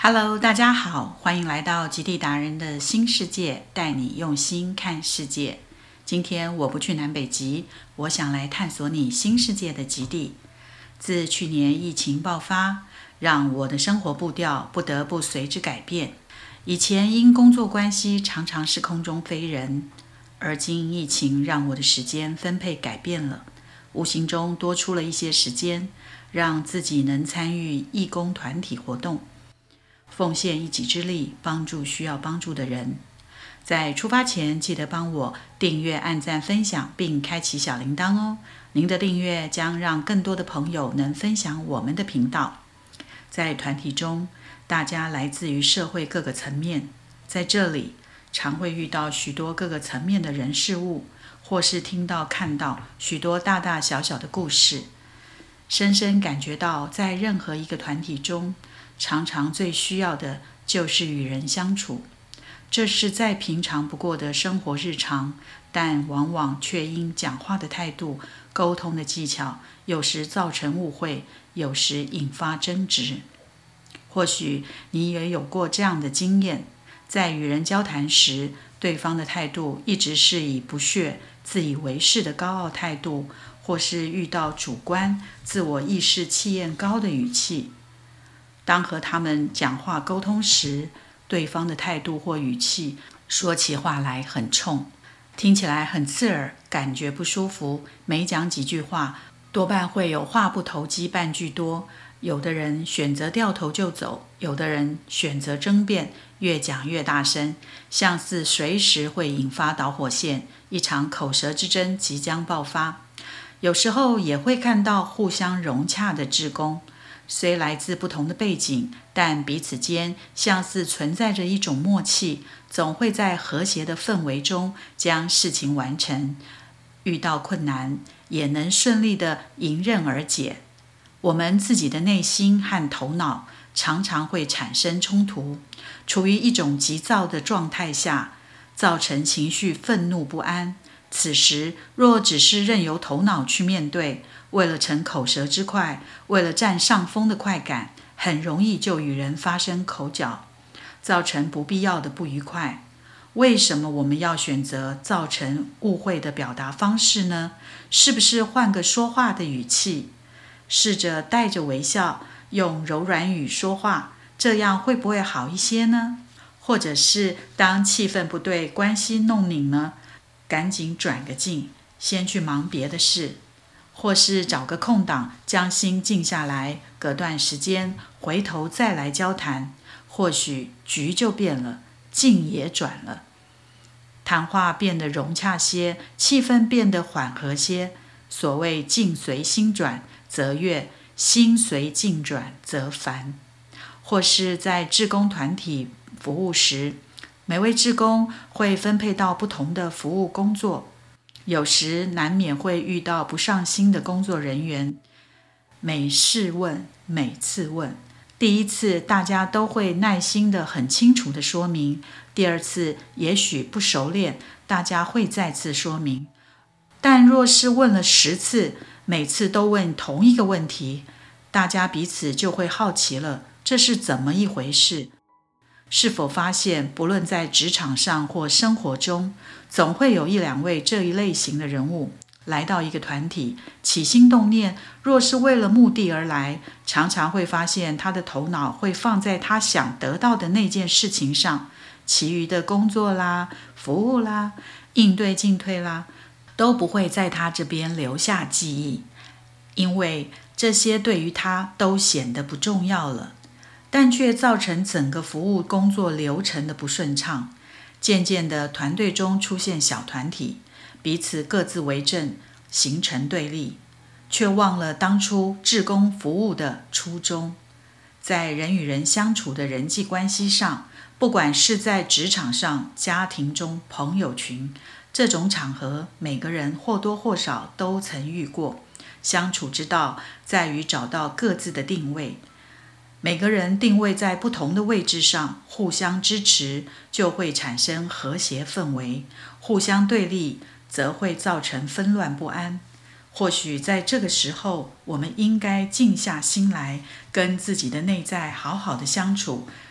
Hello， 大家好，欢迎来到极地达人的新世界，带你用心看世界。今天我不去南北极，我想来探索你新世界的极地。自去年疫情爆发，让我的生活步调不得不随之改变。以前因工作关系常常是空中飞人，而今疫情让我的时间分配改变了，无形中多出了一些时间，让自己能参与义工团体活动，奉献一己之力，帮助需要帮助的人。在出发前，记得帮我订阅、按赞、分享，并开启小铃铛哦。您的订阅将让更多的朋友能分享我们的频道。在团体中，大家来自于社会各个层面，在这里常会遇到许多各个层面的人事物，或是听到、看到许多大大小小的故事，深深感觉到在任何一个团体中，常常最需要的就是与人相处。这是再平常不过的生活日常，但往往却因讲话的态度、沟通的技巧，有时造成误会，有时引发争执。或许你也有过这样的经验，在与人交谈时，对方的态度一直是以不屑、自以为是的高傲态度，或是遇到主观、自我意识气焰高的语气。当和他们讲话沟通时，对方的态度或语气说起话来很冲，听起来很刺耳，感觉不舒服，每讲几句话多半会有话不投机半句多。有的人选择掉头就走，有的人选择争辩，越讲越大声，像是随时会引发导火线，一场口舌之争即将爆发。有时候也会看到互相融洽的志工，虽来自不同的背景，但彼此间像是存在着一种默契，总会在和谐的氛围中将事情完成。遇到困难，也能顺利地迎刃而解。我们自己的内心和头脑常常会产生冲突，处于一种急躁的状态下，造成情绪愤怒不安。此时若只是任由头脑去面对，为了逞口舌之快，为了占上风的快感，很容易就与人发生口角，造成不必要的不愉快。为什么我们要选择造成误会的表达方式呢？是不是换个说话的语气，试着带着微笑，用柔软语说话，这样会不会好一些呢？或者是当气氛不对，关系弄拧呢，赶紧转个境，先去忙别的事，或是找个空档，将心静下来，隔段时间回头再来交谈，或许局就变了，境也转了，谈话变得融洽些，气氛变得缓和些。所谓境随心转则悦，心随境转则烦。或是在志工团体服务时，每位志工会分配到不同的服务工作，有时难免会遇到不上心的工作人员，每事问，每次问。第一次大家都会耐心的很清楚的说明，第二次也许不熟练，大家会再次说明。但若是问了10次，每次都问同一个问题，大家彼此就会好奇了，这是怎么一回事？是否发现不论在职场上或生活中，总会有1-2位这一类型的人物来到一个团体，起心动念若是为了目的而来，常常会发现他的头脑会放在他想得到的那件事情上，其余的工作啦、服务啦、应对进退啦，都不会在他这边留下记忆，因为这些对于他都显得不重要了，但却造成整个服务工作流程的不顺畅。渐渐的，团队中出现小团体，彼此各自为政，形成对立，却忘了当初志工服务的初衷。在人与人相处的人际关系上，不管是在职场上、家庭中、朋友群，这种场合每个人或多或少都曾遇过。相处之道在于找到各自的定位，每个人定位在不同的位置上，互相支持就会产生和谐氛围，互相对立则会造成纷乱不安。或许在这个时候，我们应该静下心来，跟自己的内在好好的相处，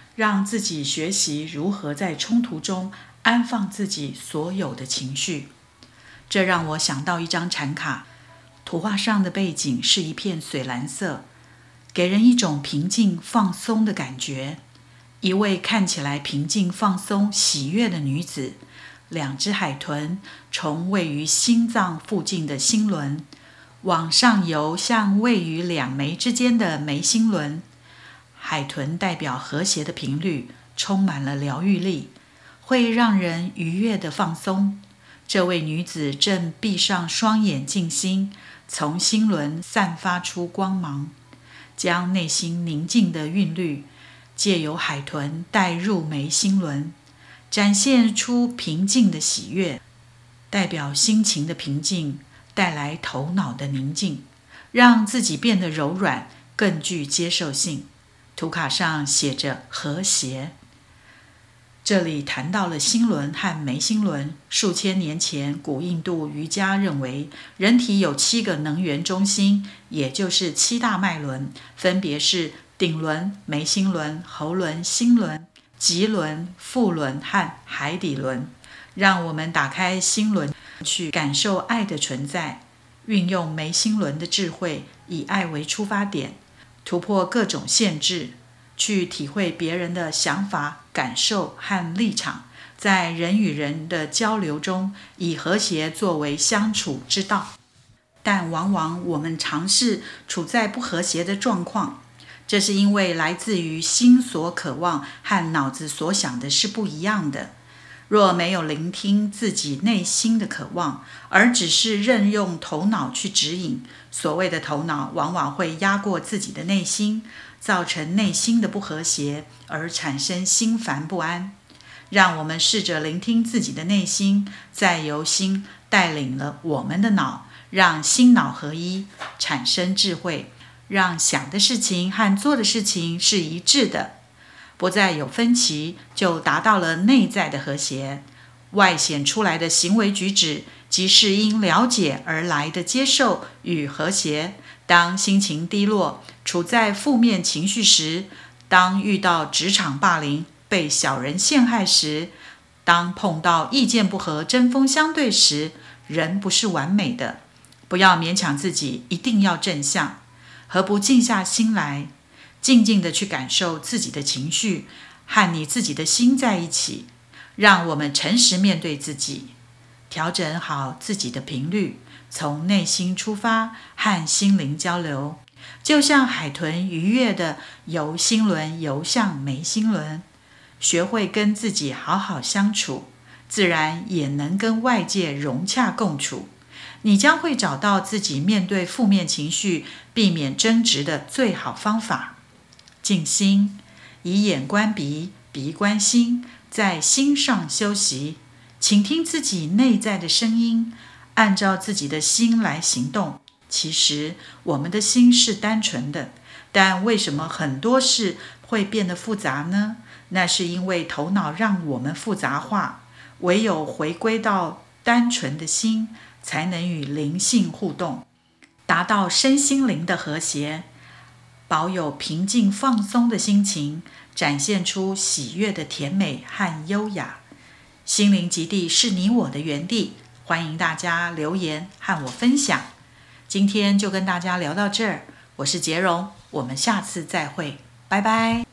让自己学习如何在冲突中安放自己所有的情绪。这让我想到一张禅卡，图画上的背景是一片水蓝色，给人一种平静放松的感觉。一位看起来平静放松喜悦的女子，两只海豚从位于心脏附近的心轮往上游向位于两眉之间的眉心轮。海豚代表和谐的频率，充满了疗愈力，会让人愉悦地放松。这位女子正闭上双眼静心，从心轮散发出光芒，将内心宁静的韵律借由海豚带入眉心轮，展现出平静的喜悦，代表心情的平静，带来头脑的宁静，让自己变得柔软，更具接受性。图卡上写着和谐。这里谈到了心轮和眉心轮。数千年前，古印度瑜伽认为人体有7个能源中心，也就是7大脉轮，分别是顶轮、眉心轮、喉轮、心轮、脊轮、腹轮和海底轮。让我们打开心轮，去感受爱的存在，运用眉心轮的智慧，以爱为出发点，突破各种限制，去体会别人的想法、感受和立场，在人与人的交流中，以和谐作为相处之道。但往往我们尝试处在不和谐的状况，这是因为来自于心所渴望和脑子所想的是不一样的。若没有聆听自己内心的渴望，而只是任用头脑去指引，所谓的头脑往往会压过自己的内心，造成内心的不和谐，而产生心烦不安。让我们试着聆听自己的内心，再由心带领了我们的脑，让心脑合一，产生智慧，让想的事情和做的事情是一致的，不再有分歧，就达到了内在的和谐。外显出来的行为举止，即是因了解而来的接受与和谐。当心情低落，处在负面情绪时，当遇到职场霸凌、被小人陷害时，当碰到意见不合、针锋相对时，人不是完美的，不要勉强自己一定要正向，何不静下心来，静静地去感受自己的情绪，和你自己的心在一起。让我们诚实面对自己，调整好自己的频率，从内心出发，和心灵交流，就像海豚愉悦地由心轮游向眉心轮，学会跟自己好好相处，自然也能跟外界融洽共处。你将会找到自己面对负面情绪、避免争执的最好方法。静心，以眼观鼻，鼻观心，在心上修习，倾听自己内在的声音，按照自己的心来行动。其实我们的心是单纯的，但为什么很多事会变得复杂呢？那是因为头脑让我们复杂化，唯有回归到单纯的心，才能与灵性互动，达到身心灵的和谐，保有平静放松的心情，展现出喜悦的甜美和优雅。心灵极地是你我的园地，欢迎大家留言和我分享。今天就跟大家聊到这儿，我是杰荣，我们下次再会，拜拜。